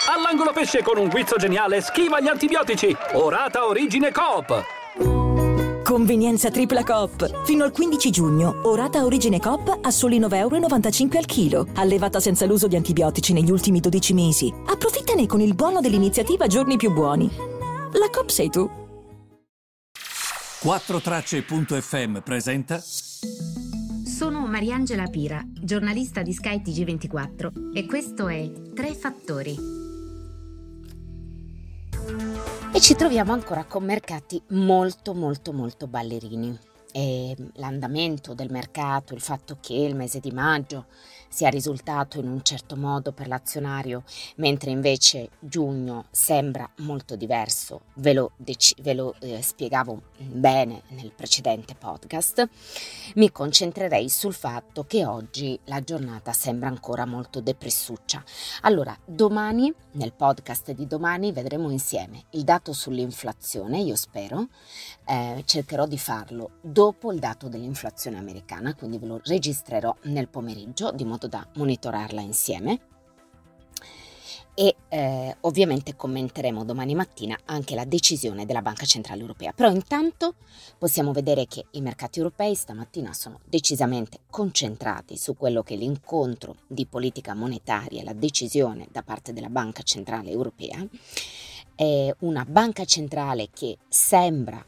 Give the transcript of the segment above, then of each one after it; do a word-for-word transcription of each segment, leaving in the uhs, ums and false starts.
All'angolo pesce con un guizzo geniale schiva gli antibiotici. Orata Origine Coop. Convenienza tripla Coop. Fino al quindici giugno, Orata Origine Coop a soli nove virgola novantacinque euro al chilo. Allevata senza l'uso di antibiotici negli ultimi dodici mesi. Approfittane con il buono dell'iniziativa Giorni più buoni. La Coop sei tu. quattro tracce punto effe emme presenta. Sono Mariangela Pira, giornalista di Sky T G ventiquattro e questo è Tre Fattori. E ci troviamo ancora con mercati molto molto molto ballerini. E l'andamento del mercato, il fatto che il mese di maggio sia risultato in un certo modo per l'azionario, mentre invece giugno sembra molto diverso, ve lo, dec- ve lo eh, spiegavo bene nel precedente podcast. Mi concentrerei sul fatto che oggi la giornata sembra ancora molto depressuccia. Allora, domani, nel podcast di domani, vedremo insieme il dato sull'inflazione, io spero, eh, cercherò di farlo dopo il dato dell'inflazione americana, quindi ve lo registrerò nel pomeriggio di modo da monitorarla insieme e eh, ovviamente commenteremo domani mattina anche la decisione della Banca Centrale Europea. Però intanto possiamo vedere che i mercati europei stamattina sono decisamente concentrati su quello che è l'incontro di politica monetaria, la decisione da parte della Banca Centrale Europea. È una banca centrale che sembra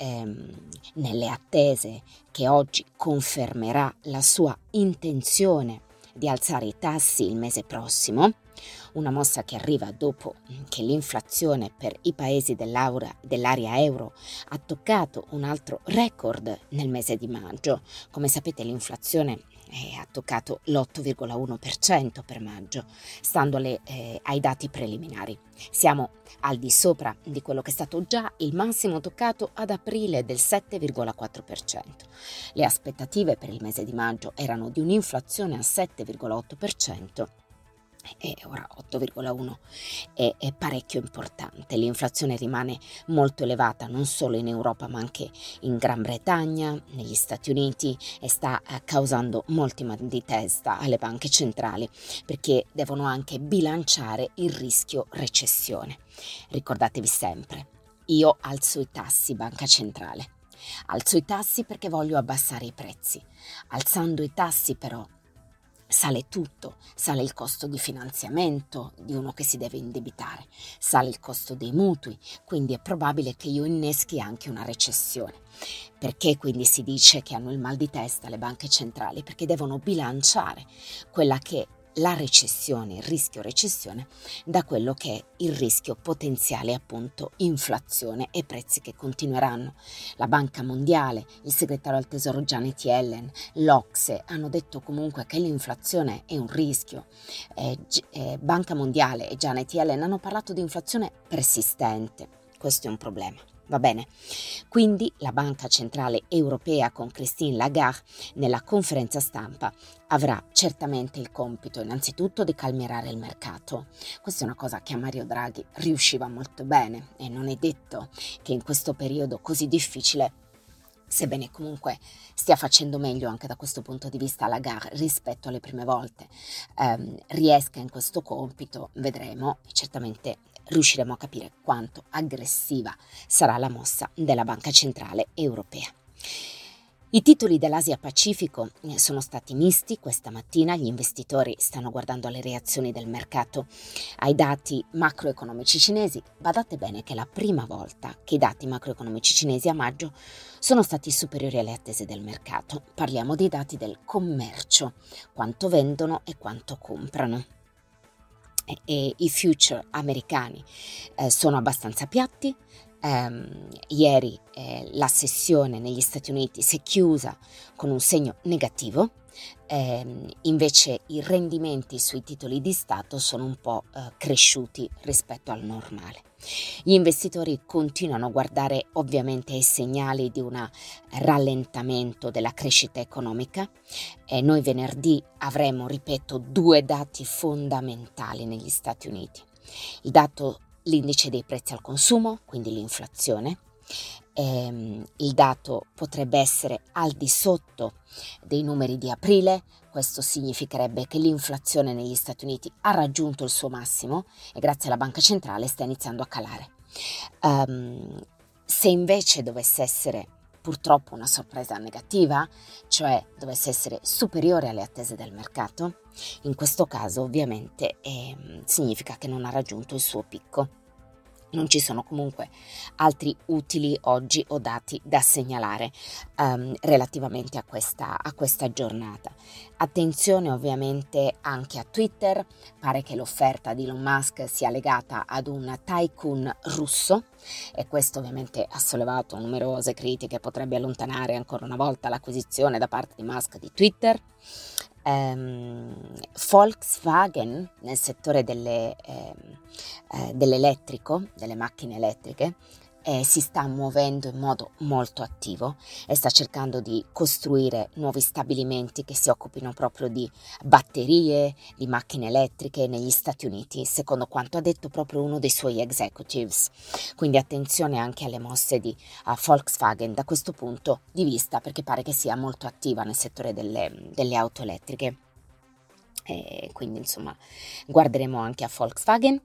Ehm, nelle attese che oggi confermerà la sua intenzione di alzare i tassi il mese prossimo, una mossa che arriva dopo che l'inflazione per i paesi dell'area euro ha toccato un altro record nel mese di maggio. Come sapete, l'inflazione eh, ha toccato l'otto virgola uno per cento per maggio, stando alle, eh, ai dati preliminari. Siamo al di sopra di quello che è stato già il massimo toccato ad aprile del sette virgola quattro per cento. Le aspettative per il mese di maggio erano di un'inflazione al sette virgola otto per cento e ora otto virgola uno è, è parecchio importante. L'inflazione rimane molto elevata non solo in Europa ma anche in Gran Bretagna, negli Stati Uniti, e sta eh, causando molti mal di testa alle banche centrali perché devono anche bilanciare il rischio recessione. Ricordatevi sempre, io alzo i tassi, banca centrale, alzo i tassi perché voglio abbassare i prezzi. Alzando i tassi però sale tutto, sale il costo di finanziamento di uno che si deve indebitare, sale il costo dei mutui, quindi è probabile che io inneschi anche una recessione. Perché quindi si dice che hanno il mal di testa le banche centrali? Perché devono bilanciare quella che è la recessione, il rischio recessione, da quello che è il rischio potenziale appunto inflazione e prezzi che continueranno. La Banca Mondiale, il segretario al Tesoro Janet Yellen, l'Ocse hanno detto comunque che l'inflazione è un rischio. Eh, eh, Banca Mondiale e Janet Yellen hanno parlato di inflazione persistente. Questo è un problema. Va bene? Quindi la Banca Centrale Europea con Christine Lagarde nella conferenza stampa avrà certamente il compito innanzitutto di calmierare il mercato. Questa è una cosa che a Mario Draghi riusciva molto bene e non è detto che in questo periodo così difficile, sebbene comunque stia facendo meglio anche da questo punto di vista Lagarde rispetto alle prime volte, ehm, riesca in questo compito, vedremo, e certamente riusciremo a capire quanto aggressiva sarà la mossa della Banca Centrale Europea. I titoli dell'Asia Pacifico sono stati misti questa mattina, gli investitori stanno guardando alle reazioni del mercato ai dati macroeconomici cinesi. Badate bene che è la prima volta che i dati macroeconomici cinesi a maggio sono stati superiori alle attese del mercato. Parliamo dei dati del commercio, quanto vendono e quanto comprano. E i future americani eh, sono abbastanza piatti. Um, ieri eh, la sessione negli Stati Uniti si è chiusa con un segno negativo, eh, invece i rendimenti sui titoli di Stato sono un po' eh, cresciuti rispetto al normale. Gli investitori continuano a guardare ovviamente ai segnali di un rallentamento della crescita economica e noi venerdì avremo, ripeto, due dati fondamentali negli Stati Uniti. Il dato L'indice dei prezzi al consumo, quindi l'inflazione, ehm, il dato potrebbe essere al di sotto dei numeri di aprile, questo significherebbe che l'inflazione negli Stati Uniti ha raggiunto il suo massimo e grazie alla banca centrale sta iniziando a calare. Um, se invece dovesse essere purtroppo una sorpresa negativa, cioè dovesse essere superiore alle attese del mercato, in questo caso ovviamente eh, significa che non ha raggiunto il suo picco. Non ci sono comunque altri utili oggi o dati da segnalare um, relativamente a questa, a questa giornata. Attenzione ovviamente anche a Twitter, pare che l'offerta di Elon Musk sia legata ad un tycoon russo e questo ovviamente ha sollevato numerose critiche, potrebbe allontanare ancora una volta l'acquisizione da parte di Musk di Twitter. Um, Volkswagen nel settore delle, eh, eh, dell'elettrico, delle macchine elettriche, eh, si sta muovendo in modo molto attivo e sta cercando di costruire nuovi stabilimenti che si occupino proprio di batterie, di macchine elettriche negli Stati Uniti, secondo quanto ha detto proprio uno dei suoi executives. Quindi attenzione anche alle mosse di uh, Volkswagen da questo punto di vista, perché pare che sia molto attiva nel settore delle, delle auto elettriche. E quindi insomma guarderemo anche a Volkswagen.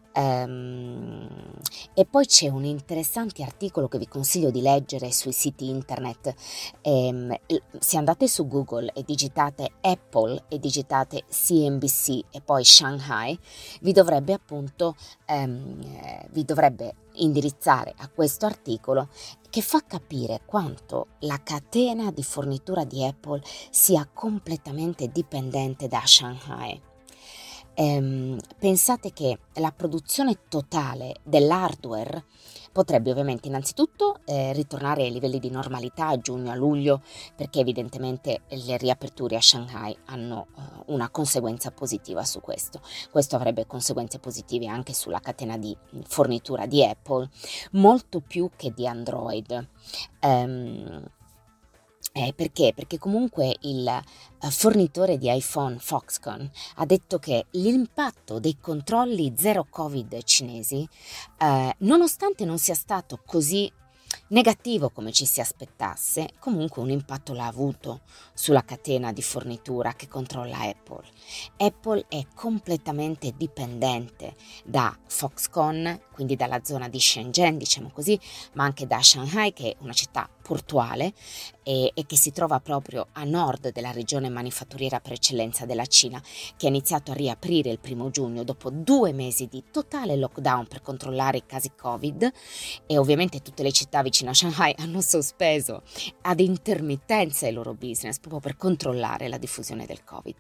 Um, e poi c'è un interessante articolo che vi consiglio di leggere sui siti internet. Um, se andate su Google e digitate Apple e digitate C N B C e poi Shanghai, vi dovrebbe appunto um, vi dovrebbe indirizzare a questo articolo che fa capire quanto la catena di fornitura di Apple sia completamente dipendente da Shanghai. Ehm, pensate che la produzione totale dell'hardware potrebbe ovviamente innanzitutto eh, ritornare ai livelli di normalità a giugno, a luglio, perché evidentemente le riaperture a Shanghai hanno eh, una conseguenza positiva su questo. Questo avrebbe conseguenze positive anche sulla catena di fornitura di Apple, molto più che di Android. Ehm, Eh, perché? Perché comunque il uh, fornitore di iPhone Foxconn ha detto che l'impatto dei controlli zero Covid cinesi, eh, nonostante non sia stato così negativo come ci si aspettasse, comunque un impatto l'ha avuto sulla catena di fornitura che controlla Apple. Apple è completamente dipendente da Foxconn, quindi dalla zona di Shenzhen, diciamo così, ma anche da Shanghai, che è una città portuale e, e che si trova proprio a nord della regione manifatturiera per eccellenza della Cina, che ha iniziato a riaprire il primo giugno dopo due mesi di totale lockdown per controllare i casi Covid, e ovviamente tutte le città vicine a Shanghai hanno sospeso ad intermittenza il loro business proprio per controllare la diffusione del Covid.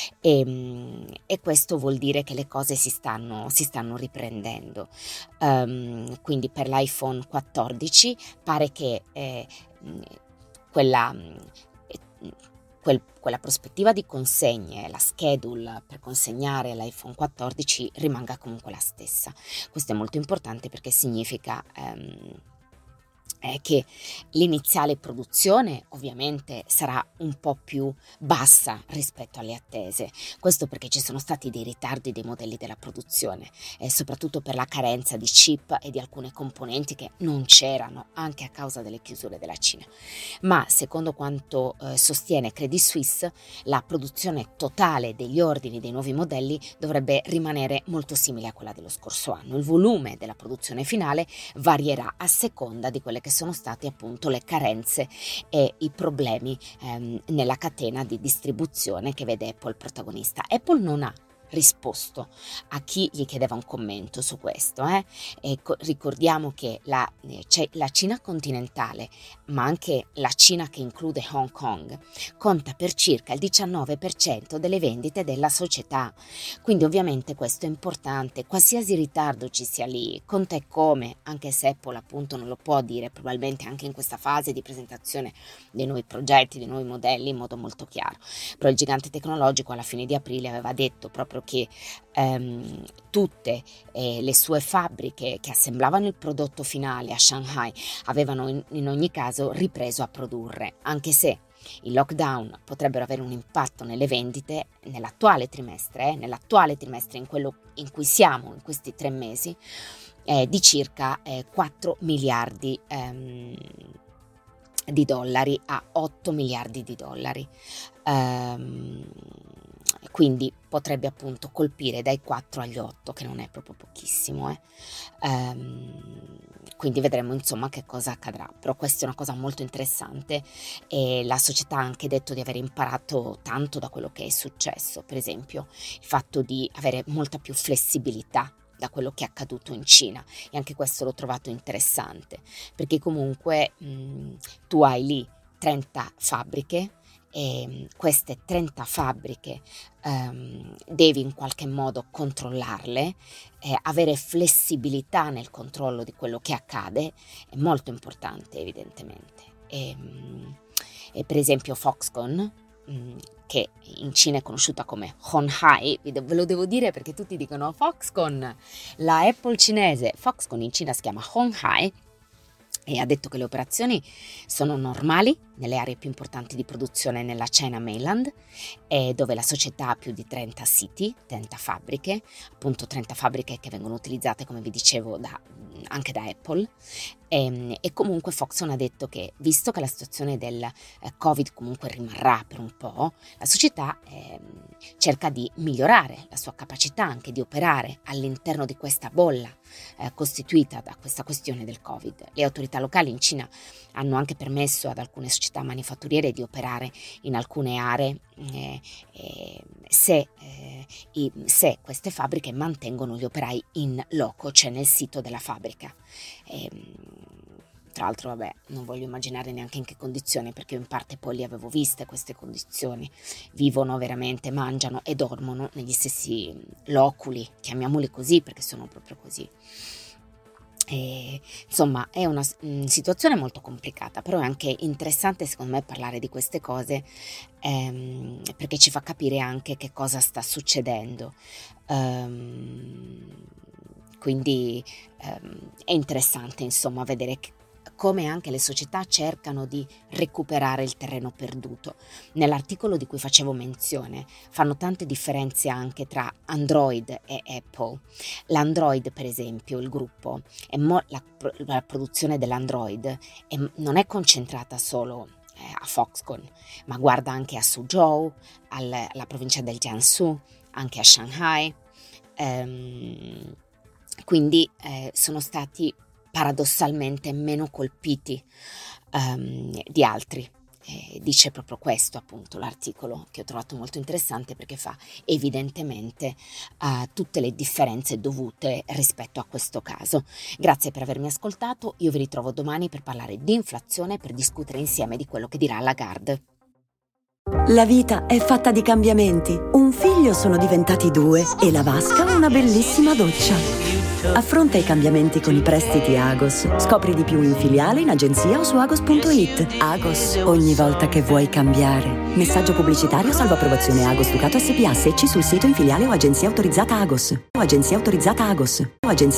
E, e questo vuol dire che le cose si stanno, si stanno riprendendo. Um, quindi per l'iPhone quattordici pare che eh, quella, quel, quella prospettiva di consegne, la schedule per consegnare l'iPhone quattordici rimanga comunque la stessa. Questo è molto importante perché significa um, è che l'iniziale produzione ovviamente sarà un po' più bassa rispetto alle attese. Questo perché ci sono stati dei ritardi dei modelli della produzione e soprattutto per la carenza di chip e di alcune componenti che non c'erano anche a causa delle chiusure della Cina. Ma secondo quanto eh, sostiene Credit Suisse, la produzione totale degli ordini dei nuovi modelli dovrebbe rimanere molto simile a quella dello scorso anno. Il volume della produzione finale varierà a seconda di quelle che sono state appunto le carenze e i problemi ehm, nella catena di distribuzione che vede Apple protagonista. Apple non ha risposto a chi gli chiedeva un commento su questo. Eh? E co- ricordiamo che la, eh, c'è la Cina continentale, ma anche la Cina che include Hong Kong, conta per circa il diciannove per cento delle vendite della società. Quindi ovviamente questo è importante, qualsiasi ritardo ci sia lì, conta e come, anche se Apple appunto non lo può dire, probabilmente anche in questa fase di presentazione dei nuovi progetti, dei nuovi modelli in modo molto chiaro. Però il gigante tecnologico alla fine di aprile aveva detto proprio che ehm, tutte eh, le sue fabbriche che assemblavano il prodotto finale a Shanghai avevano in, in ogni caso ripreso a produrre, anche se il lockdown potrebbero avere un impatto nelle vendite nell'attuale trimestre, eh, nell'attuale trimestre in quello in cui siamo in questi tre mesi, eh, di circa eh, quattro miliardi ehm, di dollari a otto miliardi di dollari. Ehm, quindi potrebbe appunto colpire dai quattro agli otto, che non è proprio pochissimo, eh. Ehm, quindi vedremo insomma che cosa accadrà, però questa è una cosa molto interessante e la società ha anche detto di aver imparato tanto da quello che è successo, per esempio il fatto di avere molta più flessibilità da quello che è accaduto in Cina, e anche questo l'ho trovato interessante, perché comunque mh, tu hai lì trenta fabbriche e queste trenta fabbriche um, devi in qualche modo controllarle, eh, avere flessibilità nel controllo di quello che accade è molto importante evidentemente. E, e per esempio Foxconn, mh, che in Cina è conosciuta come Hon Hai, ve lo devo dire perché tutti dicono Foxconn, la Apple cinese, Foxconn in Cina si chiama Hon Hai, e ha detto che le operazioni sono normali nelle aree più importanti di produzione nella China Mainland, eh, dove la società ha più di trenta siti, trenta fabbriche, appunto trenta fabbriche che vengono utilizzate, come vi dicevo, da, anche da Apple. E, e comunque Foxconn ha detto che, visto che la situazione del eh, Covid comunque rimarrà per un po', la società eh, cerca di migliorare la sua capacità anche di operare all'interno di questa bolla eh, costituita da questa questione del Covid. Le autorità locali in Cina hanno anche permesso ad alcune società manifatturiere di operare in alcune aree eh, eh, se, eh, i, se queste fabbriche mantengono gli operai in loco, cioè nel sito della fabbrica. E, tra l'altro, vabbè, non voglio immaginare neanche in che condizioni, perché io in parte poi le avevo viste queste condizioni. Vivono veramente, mangiano e dormono negli stessi loculi, chiamiamoli così perché sono proprio così. E, insomma, è una mh, situazione molto complicata, però è anche interessante secondo me parlare di queste cose, ehm, perché ci fa capire anche che cosa sta succedendo. Um, quindi ehm, è interessante insomma vedere che, come anche le società cercano di recuperare il terreno perduto. Nell'articolo di cui facevo menzione fanno tante differenze anche tra Android e Apple. L'Android, per esempio, il gruppo, è mo- la, la produzione dell'Android è, non è concentrata solo eh, a Foxconn, ma guarda anche a Suzhou, al, alla provincia del Jiangsu, anche a Shanghai. Ehm, quindi eh, sono stati paradossalmente meno colpiti um, di altri. Eh, dice proprio questo appunto l'articolo, che ho trovato molto interessante perché fa evidentemente uh, tutte le differenze dovute rispetto a questo caso. Grazie per avermi ascoltato, io vi ritrovo domani per parlare di inflazione, per discutere insieme di quello che dirà Lagarde. La vita è fatta di cambiamenti. Un figlio sono diventati due e la vasca una bellissima doccia. Affronta i cambiamenti con i prestiti Agos. Scopri di più in filiale, in agenzia o su agos punto it. Agos, ogni volta che vuoi cambiare. Messaggio pubblicitario salvo approvazione Agos Ducato S P A. Secci sul sito in filiale o agenzia autorizzata Agos. O agenzia autorizzata Agos. O agenzia